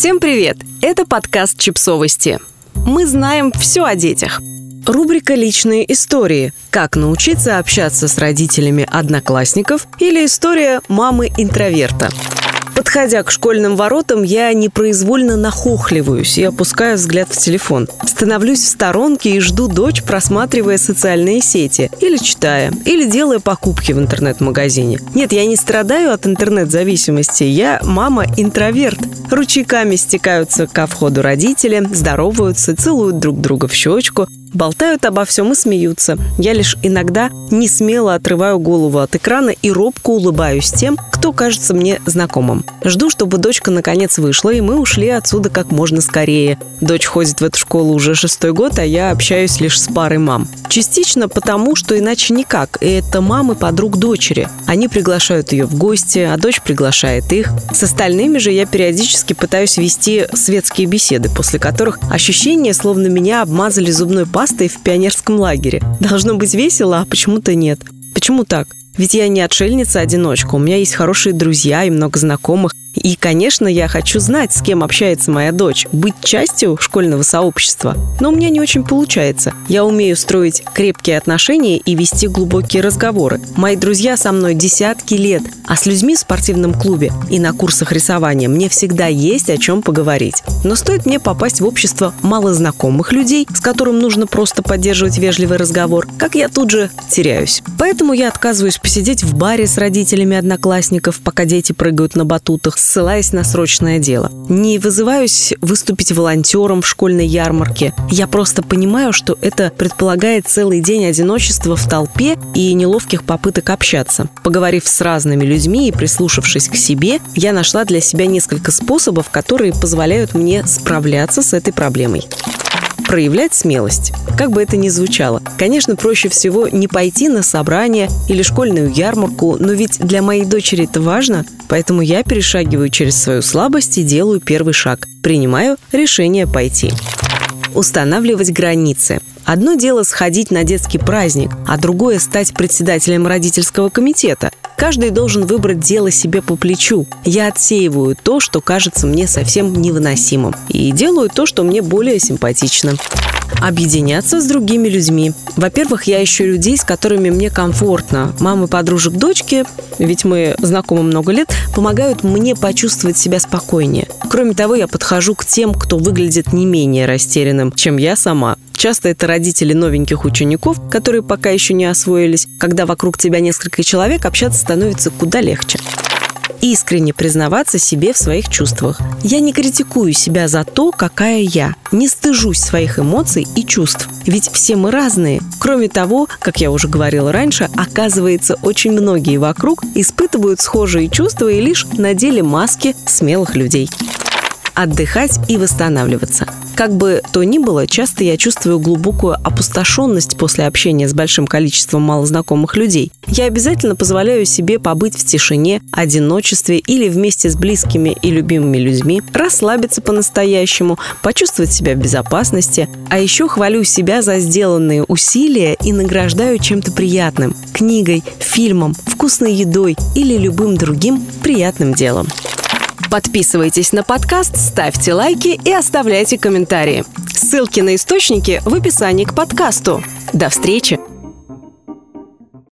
Всем привет! Это подкаст «Чипсовости». Мы знаем все о детях. Рубрика «Личные истории». Как научиться общаться с родителями одноклассников или история мамы-интроверта. Подходя к школьным воротам, я непроизвольно нахохливаюсь и опускаю взгляд в телефон. Становлюсь в сторонке и жду дочь, просматривая социальные сети. Или читая, или делая покупки в интернет-магазине. Нет, я не страдаю от интернет-зависимости. Я мама-интроверт. Ручейками стекаются ко входу родители, здороваются, целуют друг друга в щечку, болтают обо всем и смеются. Я лишь иногда не смело отрываю голову от экрана и робко улыбаюсь тем, кто кажется мне знакомым. Жду, чтобы дочка наконец вышла, и мы ушли отсюда как можно скорее. Дочь ходит в эту школу уже 6-й год, а я общаюсь лишь с парой мам. Частично потому, что иначе никак. И это мамы подруг дочери. Они приглашают ее в гости, а дочь приглашает их. С остальными же я периодически пытаюсь вести светские беседы, после которых ощущение, словно меня обмазали зубной пастой в пионерском лагере. Должно быть весело, а почему-то нет. Почему так? Ведь я не отшельница-одиночка, у меня есть хорошие друзья и много знакомых. И, конечно, я хочу знать, с кем общается моя дочь, быть частью школьного сообщества. Но у меня не очень получается. Я умею строить крепкие отношения и вести глубокие разговоры. Мои друзья со мной десятки лет, а с людьми в спортивном клубе и на курсах рисования мне всегда есть о чем поговорить. Но стоит мне попасть в общество малознакомых людей, с которым нужно просто поддерживать вежливый разговор, как я тут же теряюсь. Поэтому я отказываюсь посидеть в баре с родителями одноклассников, пока дети прыгают на батутах, ссылаясь на срочное дело. Не вызываюсь выступить волонтером в школьной ярмарке. Я просто понимаю, что это предполагает целый день одиночества в толпе и неловких попыток общаться. Поговорив с разными людьми и прислушавшись к себе, я нашла для себя несколько способов, которые позволяют мне справляться с этой проблемой. Проявлять смелость. Как бы это ни звучало. Конечно, проще всего не пойти на собрание или школьную ярмарку, но ведь для моей дочери это важно, поэтому я перешагиваю через свою слабость и делаю первый шаг. Принимаю решение пойти. Устанавливать границы. Одно дело сходить на детский праздник, а другое – стать председателем родительского комитета. Каждый должен выбрать дело себе по плечу. Я отсеиваю то, что кажется мне совсем невыносимым, и делаю то, что мне более симпатично. Объединяться с другими людьми. Во-первых, я ищу людей, с которыми мне комфортно. Мамы подружек дочки, ведь мы знакомы много лет, помогают мне почувствовать себя спокойнее. Кроме того, я подхожу к тем, кто выглядит не менее растерянным, чем я сама. Часто это родители новеньких учеников, которые пока еще не освоились. Когда вокруг тебя несколько человек, общаться становится куда легче. Искренне признаваться себе в своих чувствах. Я не критикую себя за то, какая я. Не стыжусь своих эмоций и чувств. Ведь все мы разные. Кроме того, как я уже говорила раньше, оказывается, очень многие вокруг испытывают схожие чувства и лишь надели маски смелых людей. Отдыхать и восстанавливаться. Как бы то ни было, часто я чувствую глубокую опустошенность после общения с большим количеством малознакомых людей. Я обязательно позволяю себе побыть в тишине, одиночестве или вместе с близкими и любимыми людьми, расслабиться по-настоящему, почувствовать себя в безопасности. А еще хвалю себя за сделанные усилия и награждаю чем-то приятным – книгой, фильмом, вкусной едой или любым другим приятным делом. Подписывайтесь на подкаст, ставьте лайки и оставляйте комментарии. Ссылки на источники в описании к подкасту. До встречи!